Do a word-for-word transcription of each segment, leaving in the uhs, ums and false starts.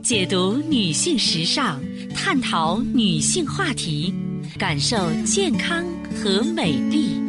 解读女性时尚，探讨女性话题，感受健康和美丽。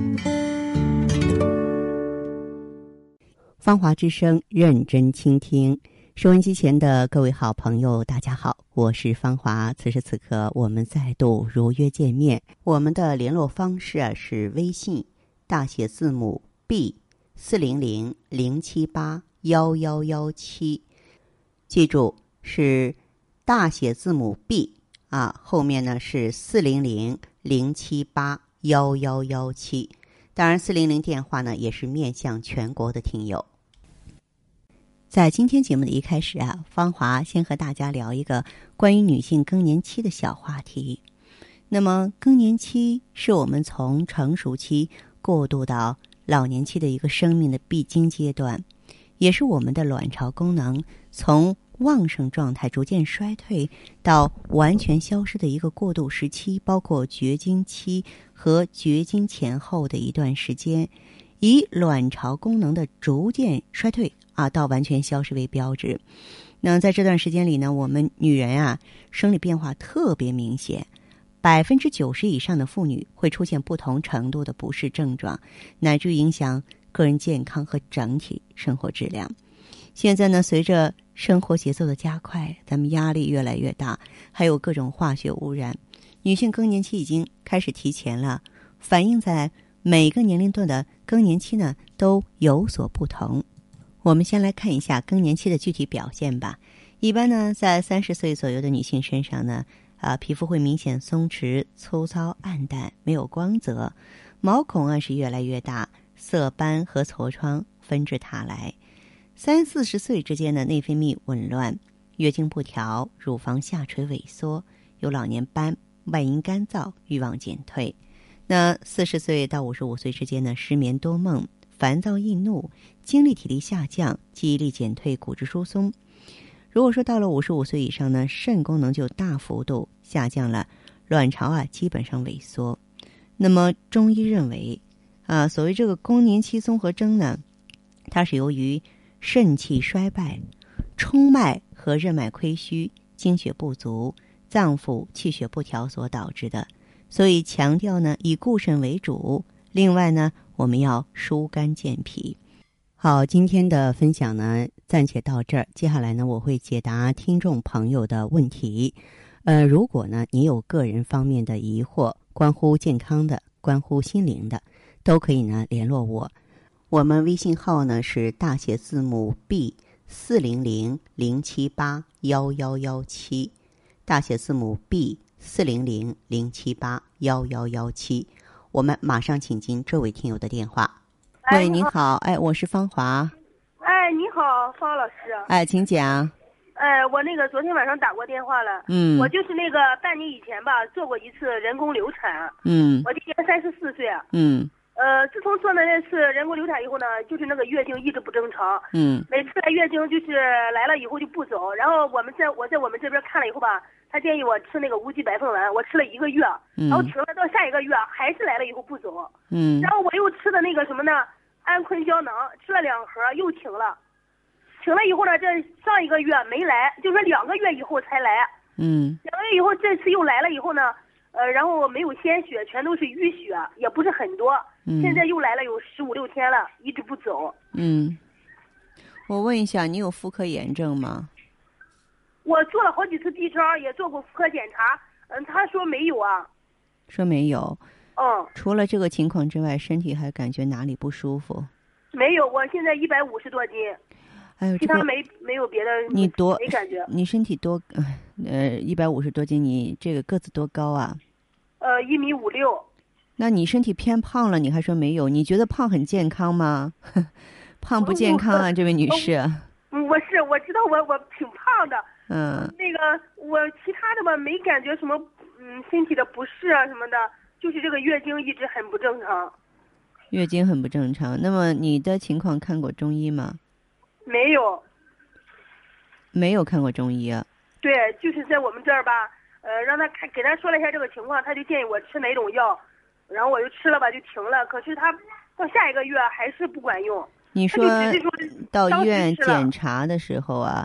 芳华之声，认真倾听。收音机前的各位好朋友，大家好，我是芳华。此时此刻，我们再度如约见面。我们的联络方式啊是微信大写字母 B 四零零零七八幺幺幺七，记住是大写字母 B 啊，后面呢是四零零零七八幺幺幺七。当然，四零零电话呢也是面向全国的听友。在今天节目的一开始啊，芳华先和大家聊一个关于女性更年期的小话题。那么更年期是我们从成熟期过渡到老年期的一个生命的必经阶段，也是我们的卵巢功能从旺盛状态逐渐衰退到完全消失的一个过渡时期，包括绝经期和绝经前后的一段时间，以卵巢功能的逐渐衰退啊到完全消失为标志。那在这段时间里呢，我们女人啊生理变化特别明显，百分之九十以上的妇女会出现不同程度的不适症状，乃至于影响个人健康和整体生活质量。现在呢，随着生活节奏的加快，咱们压力越来越大，还有各种化学污染，女性更年期已经开始提前了，反映在每个年龄段的更年期呢都有所不同。我们先来看一下更年期的具体表现吧。一般呢，在三十岁左右的女性身上呢，啊，皮肤会明显松弛、粗糙、暗淡，没有光泽，毛孔啊是越来越大，色斑和痤疮纷至沓来。三四十岁之间的内分泌紊乱，月经不调，乳房下垂萎缩，有老年斑，外阴干燥，欲望减退。那四十岁到五十五岁之间呢，失眠多梦，烦躁易怒，精力体力下降，记忆力减退，骨质疏松。如果说到了五十五岁以上呢，肾功能就大幅度下降了，卵巢啊基本上萎缩。那么中医认为啊，所谓这个更年期综合征呢，它是由于肾气衰败、冲脉和任脉亏虚、精血不足、脏腑气血不调所导致的。所以强调呢，以固肾为主。另外呢，我们要疏肝健脾。好，今天的分享呢，暂且到这儿。接下来呢，我会解答听众朋友的问题。呃，如果呢，你有个人方面的疑惑，关乎健康的、关乎心灵的，都可以呢联络我。我们微信号呢是大写字母 B 四零零零七八幺幺幺七，大写字母 B 四零零零七八幺幺幺七。我们马上请进这位听友的电话。喂，您好，哎，我是芳华。 哎，你好，方老师。 哎，请讲。 哎，我那个昨天晚上打过电话了。 嗯。 我就是那个半年以前吧，做过一次人工流产。 嗯。 我今年三十四岁。 嗯。 呃，自从做那次人工流产以后呢，就是那个月经一直不正常。 嗯。 每次来月经就是来了以后就不走，然后我们在我在我们这边看了以后吧，他建议我吃那个无极白凤丸，我吃了一个月，然后停了到下一个月还是来了以后不走。 嗯。 然后我又吃的那个什么呢？安坤胶囊吃了两盒又停了，停了以后呢，这上一个月没来，就说两个月以后才来。 嗯。 两个月以后这次又来了以后呢，呃，然后没有鲜血，全都是淤血，也不是很多。嗯。现在又来了有十五六天了，一直不走。 嗯。我问一下，你有妇科炎症吗？ 我做了好几次 B 超，也做过妇科检查，嗯，他说没有啊。 说没有。 嗯。 除了这个情况之外，身体还感觉哪里不舒服？ 没有，我现在一百五十多斤。 哎呦， 其他没没有别的。 你多没感觉？ 你身体多呃一百五十多斤，你这个个子多高啊？ 呃，一米五六。 那你身体偏胖了，你还说没有？你觉得胖很健康吗？胖不健康啊，这位女士。 嗯，我是我知道我我挺胖的。 嗯。 那个我其他的吧没感觉什么，嗯，身体的不适啊什么的，就是这个月经一直很不正常。 月经很不正常，那么你的情况看过中医吗？ 没有。 没有看过中医啊？ 对，就是在我们这儿吧，呃，让他看给他说了一下这个情况，他就建议我吃哪种药，然后我就吃了吧，就停了。可是他到下一个月还是不管用。 你说到医院检查的时候啊，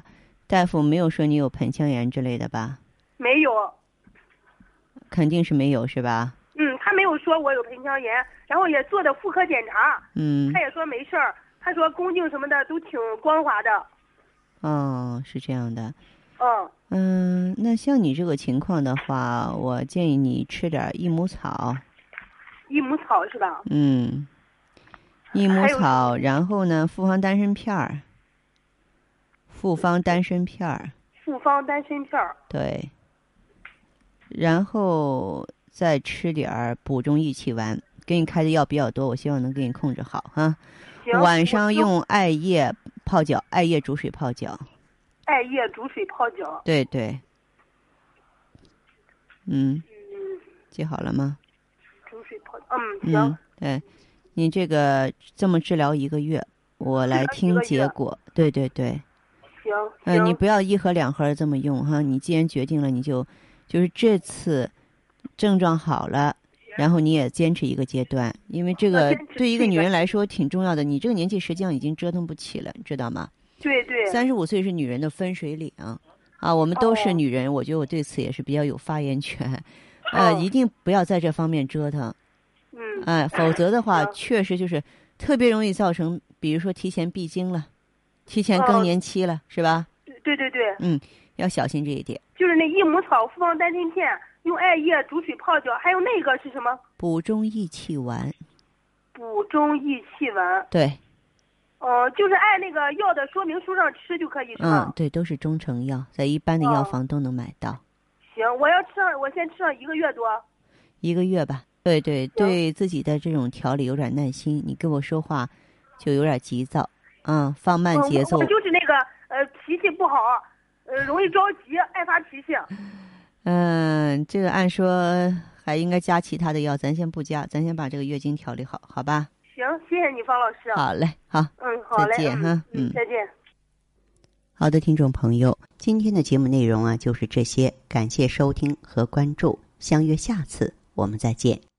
大夫没有说你有盆腔炎之类的吧？ 没有。 肯定是没有，是吧？ 嗯，他没有说我有盆腔炎，然后也做的妇科检查， 嗯， 他也说没事儿，他说宫颈什么的都挺光滑的。 哦，是这样的。 嗯嗯，那像你这个情况的话，我建议你吃点益母草。 益母草是吧？ 嗯，益母草，然后呢，复方丹参片儿。复方丹参片儿。 复方丹参片儿。 对。然后再吃点儿补中益气丸，给你开的药比较多，我希望能给你控制好哈。 行。 晚上用艾叶泡脚，艾叶煮水泡脚。 艾叶煮水泡脚。 对对。嗯。 嗯。 记好了吗？ 煮水泡脚。嗯，行。 嗯，对，你这个这么治疗一个月，我来听结果。对对对。 行。 嗯、呃，你不要一盒两盒这么用哈。你既然决定了，你就。就是这次症状好了，然后你也坚持一个阶段，因为这个对一个女人来说挺重要的。你这个年纪实际上已经折腾不起了，你知道吗？ 对对。 三十五岁是女人的分水岭啊，我们都是女人，我觉得我对此也是比较有发言权。呃，一定不要在这方面折腾。 嗯。 哎、呃，否则的话，确实就是特别容易造成，比如说提前闭经了，提前更年期了，是吧？ 对对对。 嗯。要小心这一点。 就是那益母草、复方丹参片，用艾叶煮水泡脚，还有那个是什么？ 补中益气丸。 补中益气丸。 对。 哦、呃，就是按那个药的说明书上吃就可以是吗？ 嗯，对，都是中成药，在一般的药房都能买到。哦、 行，我要吃上，我先吃上一个月多。 一个月吧。对对，对自己的这种调理有点耐心，你跟我说话就有点急躁，嗯，放慢节奏。 我, 我就是那个呃脾气不好。呃，容易着急，爱发脾气。 嗯，这个按说还应该加其他的药，咱先不加，咱先把这个月经调理好，好吧？ 行，谢谢你，方老师。 好嘞，好， 嗯，好嘞， 再见哈， 嗯，再见。 好的，听众朋友，今天的节目内容啊就是这些，感谢收听和关注，相约下次我们再见。